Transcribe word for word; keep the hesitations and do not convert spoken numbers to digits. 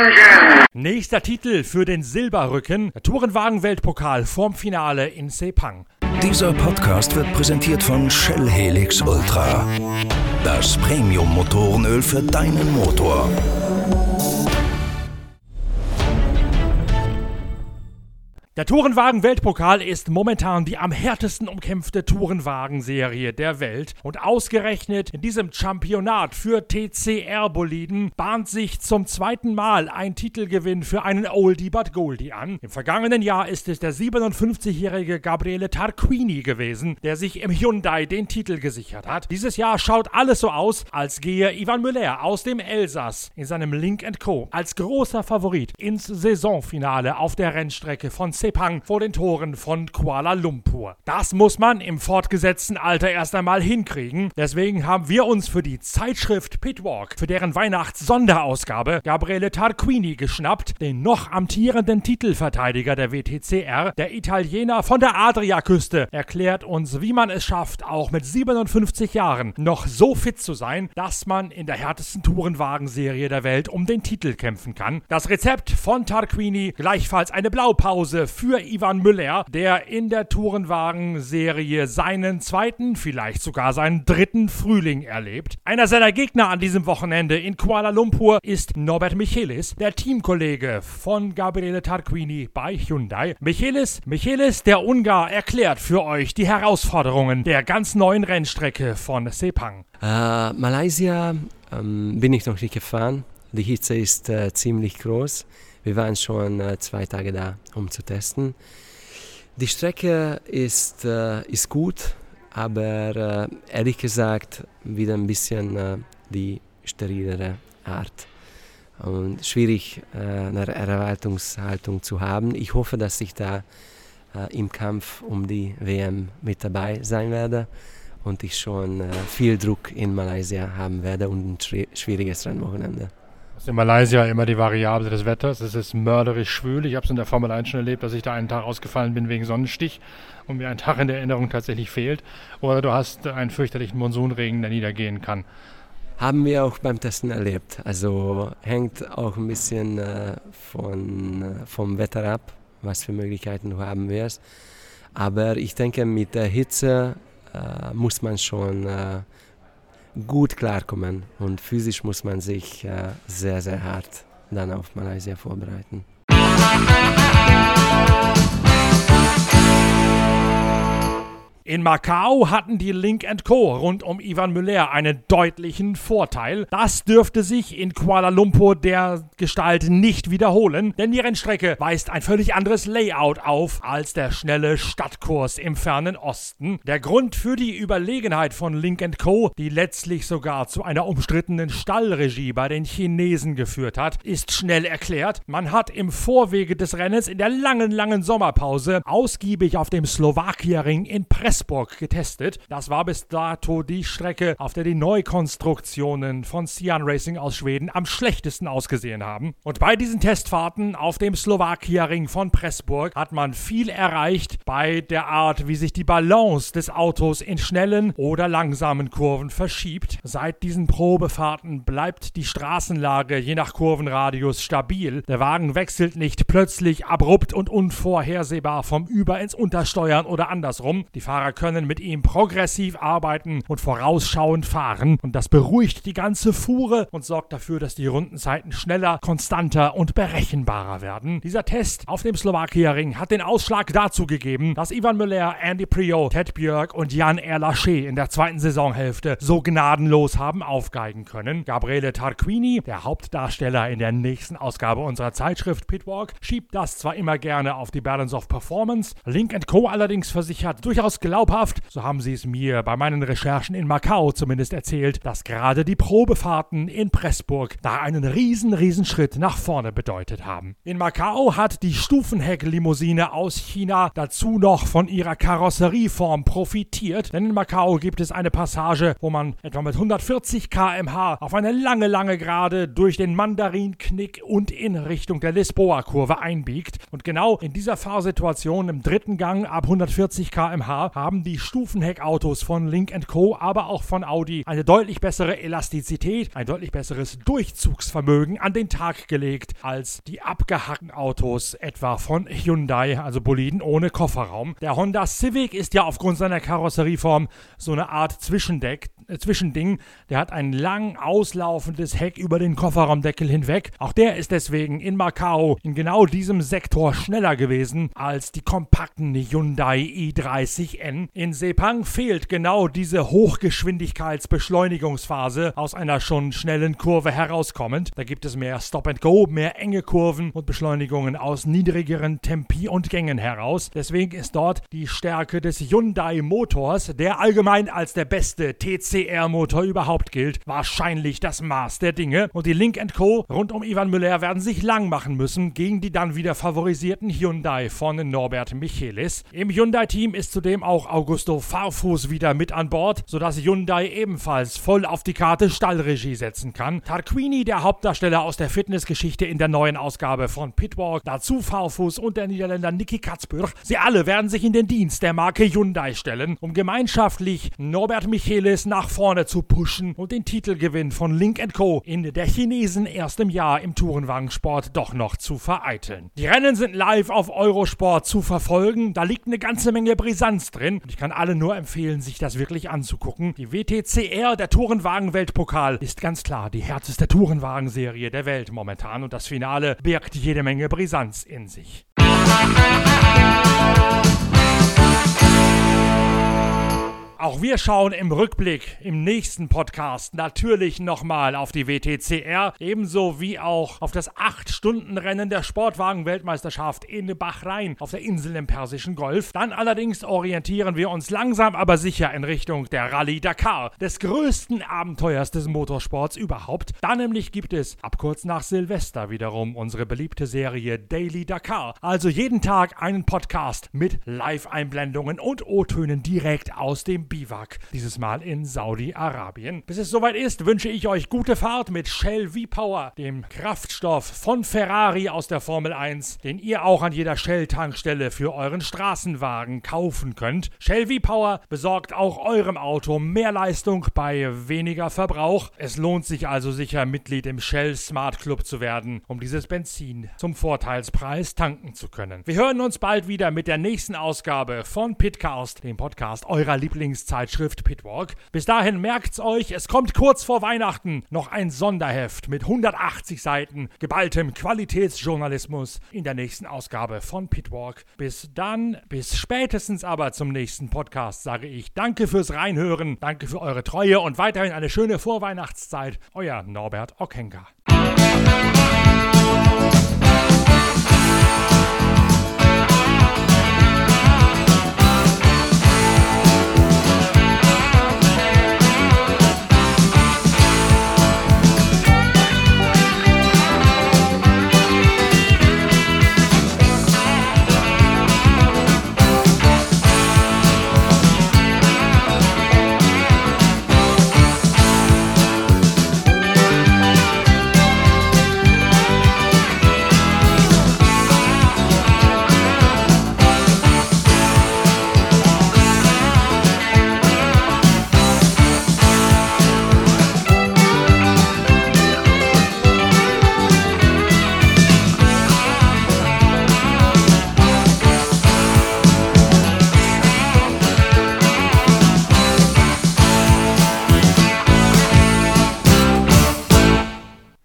Attention! Nächster Titel für den Silberrücken, der Tourenwagen-Weltpokal vorm Finale in Sepang. Dieser Podcast wird präsentiert von Shell Helix Ultra. Das Premium-Motorenöl für deinen Motor. Der Tourenwagen-Weltpokal ist momentan die am härtesten umkämpfte Tourenwagenserie der Welt und ausgerechnet in diesem Championat für T C R-Boliden bahnt sich zum zweiten Mal ein Titelgewinn für einen Oldie but Goldie an. Im vergangenen Jahr ist es der siebenundfünfzigjährige Gabriele Tarquini gewesen, der sich im Hyundai den Titel gesichert hat. Dieses Jahr schaut alles so aus, als gehe Yvan Muller aus dem Elsass in seinem Lynk and Co. als großer Favorit ins Saisonfinale auf der Rennstrecke von Sepang vor den Toren von Kuala Lumpur. Das muss man im fortgesetzten Alter erst einmal hinkriegen. Deswegen haben wir uns für die Zeitschrift Pitwalk, für deren Weihnachts-Sonderausgabe, Gabriele Tarquini geschnappt, den noch amtierenden Titelverteidiger der W T C R. Der Italiener von der Adriaküste erklärt uns, wie man es schafft, auch mit siebenundfünfzig Jahren noch so fit zu sein, dass man in der härtesten Tourenwagenserie der Welt um den Titel kämpfen kann. Das Rezept von Tarquini, gleichfalls eine Blaupause für Yvan Muller, der in der Tourenwagen-Serie seinen zweiten, vielleicht sogar seinen dritten Frühling erlebt. Einer seiner Gegner an diesem Wochenende in Kuala Lumpur ist Norbert Michelis, der Teamkollege von Gabriele Tarquini bei Hyundai. Michelis, Michelis, der Ungar, erklärt für euch die Herausforderungen der ganz neuen Rennstrecke von Sepang. Uh, Malaysia ähm, bin ich noch nicht gefahren. Die Hitze ist äh, ziemlich groß. Wir waren schon äh, zwei Tage da, um zu testen. Die Strecke ist, äh, ist gut, aber äh, ehrlich gesagt wieder ein bisschen äh, die sterilere Art. Und schwierig, äh, eine Erwartungshaltung zu haben. Ich hoffe, dass ich da äh, im Kampf um die W M mit dabei sein werde und ich schon äh, viel Druck in Malaysia haben werde und ein schw- schwieriges Rennwochenende. In Malaysia immer die Variable des Wetters. Es ist mörderisch schwül. Ich habe es in der Formel eins schon erlebt, dass ich da einen Tag ausgefallen bin wegen Sonnenstich und mir ein Tag in der Erinnerung tatsächlich fehlt. Oder du hast einen fürchterlichen Monsunregen, der niedergehen kann. Haben wir auch beim Testen erlebt. Also hängt auch ein bisschen äh, von, äh, vom Wetter ab, was für Möglichkeiten du haben wirst. Aber ich denke, mit der Hitze äh, muss man schon äh, gut klarkommen und physisch muss man sich äh, sehr, sehr hart dann auf Malaysia vorbereiten. In Macau hatten die Lynk and Co. rund um Yvan Muller einen deutlichen Vorteil. Das dürfte sich in Kuala Lumpur der Gestalt nicht wiederholen, denn die Rennstrecke weist ein völlig anderes Layout auf als der schnelle Stadtkurs im fernen Osten. Der Grund für die Überlegenheit von Lynk and Co., die letztlich sogar zu einer umstrittenen Stallregie bei den Chinesen geführt hat, ist schnell erklärt. Man hat im Vorwege des Rennens in der langen, langen Sommerpause ausgiebig auf dem Slowakia-Ring in Pressburg getestet. Das war bis dato die Strecke, auf der die Neukonstruktionen von Sian Racing aus Schweden am schlechtesten ausgesehen haben. Und bei diesen Testfahrten auf dem Slowakia-Ring von Pressburg hat man viel erreicht bei der Art, wie sich die Balance des Autos in schnellen oder langsamen Kurven verschiebt. Seit diesen Probefahrten bleibt die Straßenlage je nach Kurvenradius stabil. Der Wagen wechselt nicht plötzlich abrupt und unvorhersehbar vom Über- ins Untersteuern oder andersrum. Die Fahrer können mit ihm progressiv arbeiten und vorausschauend fahren und das beruhigt die ganze Fuhre und sorgt dafür, dass die Rundenzeiten schneller, konstanter und berechenbarer werden. Dieser Test auf dem Slowakia-Ring hat den Ausschlag dazu gegeben, dass Yvan Muller, Andy Priaulx, Ted Björk und Jan Erlaché in der zweiten Saisonhälfte so gnadenlos haben aufgeigen können. Gabriele Tarquini, der Hauptdarsteller in der nächsten Ausgabe unserer Zeitschrift Pitwalk, schiebt das zwar immer gerne auf die Balance of Performance, Lynk and Co. allerdings versichert durchaus glaubhaft, so haben sie es mir bei meinen Recherchen in Macau zumindest erzählt, dass gerade die Probefahrten in Pressburg da einen riesen, riesen Schritt nach vorne bedeutet haben. In Macau hat die Stufenheck-Limousine aus China dazu noch von ihrer Karosserieform profitiert, denn in Macau gibt es eine Passage, wo man etwa mit hundertvierzig Kilometer pro Stunde auf eine lange, lange Gerade durch den Mandarinknick und in Richtung der Lisboa-Kurve einbiegt. Und genau in dieser Fahrsituation im dritten Gang ab hundertvierzig Kilometer pro Stunde haben die Stufenheckautos von Lynk and Co., aber auch von Audi eine deutlich bessere Elastizität, ein deutlich besseres Durchzugsvermögen an den Tag gelegt als die abgehackten Autos etwa von Hyundai, also Boliden ohne Kofferraum. Der Honda Civic ist ja aufgrund seiner Karosserieform so eine Art Zwischendeck, äh, Zwischending. Der hat ein lang auslaufendes Heck über den Kofferraumdeckel hinweg. Auch der ist deswegen in Macau in genau diesem Sektor schneller gewesen als die kompakten Hyundai i dreißig N. In Sepang fehlt genau diese Hochgeschwindigkeitsbeschleunigungsphase aus einer schon schnellen Kurve herauskommend. Da gibt es mehr Stop and Go, mehr enge Kurven und Beschleunigungen aus niedrigeren Tempi und Gängen heraus. Deswegen ist dort die Stärke des Hyundai Motors, der allgemein als der beste T C R-Motor überhaupt gilt, wahrscheinlich das Maß der Dinge. Und die Lynk and Co. rund um Ivan Müller werden sich lang machen müssen gegen die dann wieder favorisierten Hyundai von Norbert Michelis. Im Hyundai-Team ist zudem auch Augusto Farfus wieder mit an Bord, sodass Hyundai ebenfalls voll auf die Karte Stallregie setzen kann. Tarquini, der Hauptdarsteller aus der Fitnessgeschichte in der neuen Ausgabe von Pitwalk, dazu Farfus und der Niederländer Niki Katzbüch. Sie alle werden sich in den Dienst der Marke Hyundai stellen, um gemeinschaftlich Norbert Michelis nach vorne zu pushen und den Titelgewinn von Lynk and Co. in der Chinesen erstem Jahr im Tourenwagensport doch noch zu vereiteln. Die Rennen sind live auf Eurosport zu verfolgen. Da liegt eine ganze Menge Brisanz drin. Und ich kann alle nur empfehlen, sich das wirklich anzugucken. Die W T C R, der Tourenwagen-Weltpokal, ist ganz klar die härteste Tourenwagenserie der Welt momentan. Und das Finale birgt jede Menge Brisanz in sich. Auch wir schauen im Rückblick im nächsten Podcast natürlich nochmal auf die W T C R, ebenso wie auch auf das acht Stunden Rennen der Sportwagen-Weltmeisterschaft in Bahrain auf der Insel im Persischen Golf. Dann allerdings orientieren wir uns langsam aber sicher in Richtung der Rallye Dakar, des größten Abenteuers des Motorsports überhaupt. Da nämlich gibt es ab kurz nach Silvester wiederum unsere beliebte Serie Daily Dakar. Also jeden Tag einen Podcast mit Live-Einblendungen und O-Tönen direkt aus dem Biwak, dieses Mal in Saudi-Arabien. Bis es soweit ist, wünsche ich euch gute Fahrt mit Shell V-Power, dem Kraftstoff von Ferrari aus der Formel eins, den ihr auch an jeder Shell-Tankstelle für euren Straßenwagen kaufen könnt. Shell V-Power besorgt auch eurem Auto mehr Leistung bei weniger Verbrauch. Es lohnt sich also sicher, Mitglied im Shell Smart Club zu werden, um dieses Benzin zum Vorteilspreis tanken zu können. Wir hören uns bald wieder mit der nächsten Ausgabe von Pitcast, dem Podcast eurer Lieblings Zeitschrift Pitwalk. Bis dahin merkt's euch, es kommt kurz vor Weihnachten noch ein Sonderheft mit hundertachtzig Seiten geballtem Qualitätsjournalismus in der nächsten Ausgabe von Pitwalk. Bis dann, bis spätestens aber zum nächsten Podcast sage ich danke fürs Reinhören, danke für eure Treue und weiterhin eine schöne Vorweihnachtszeit. Euer Norbert Ockenka.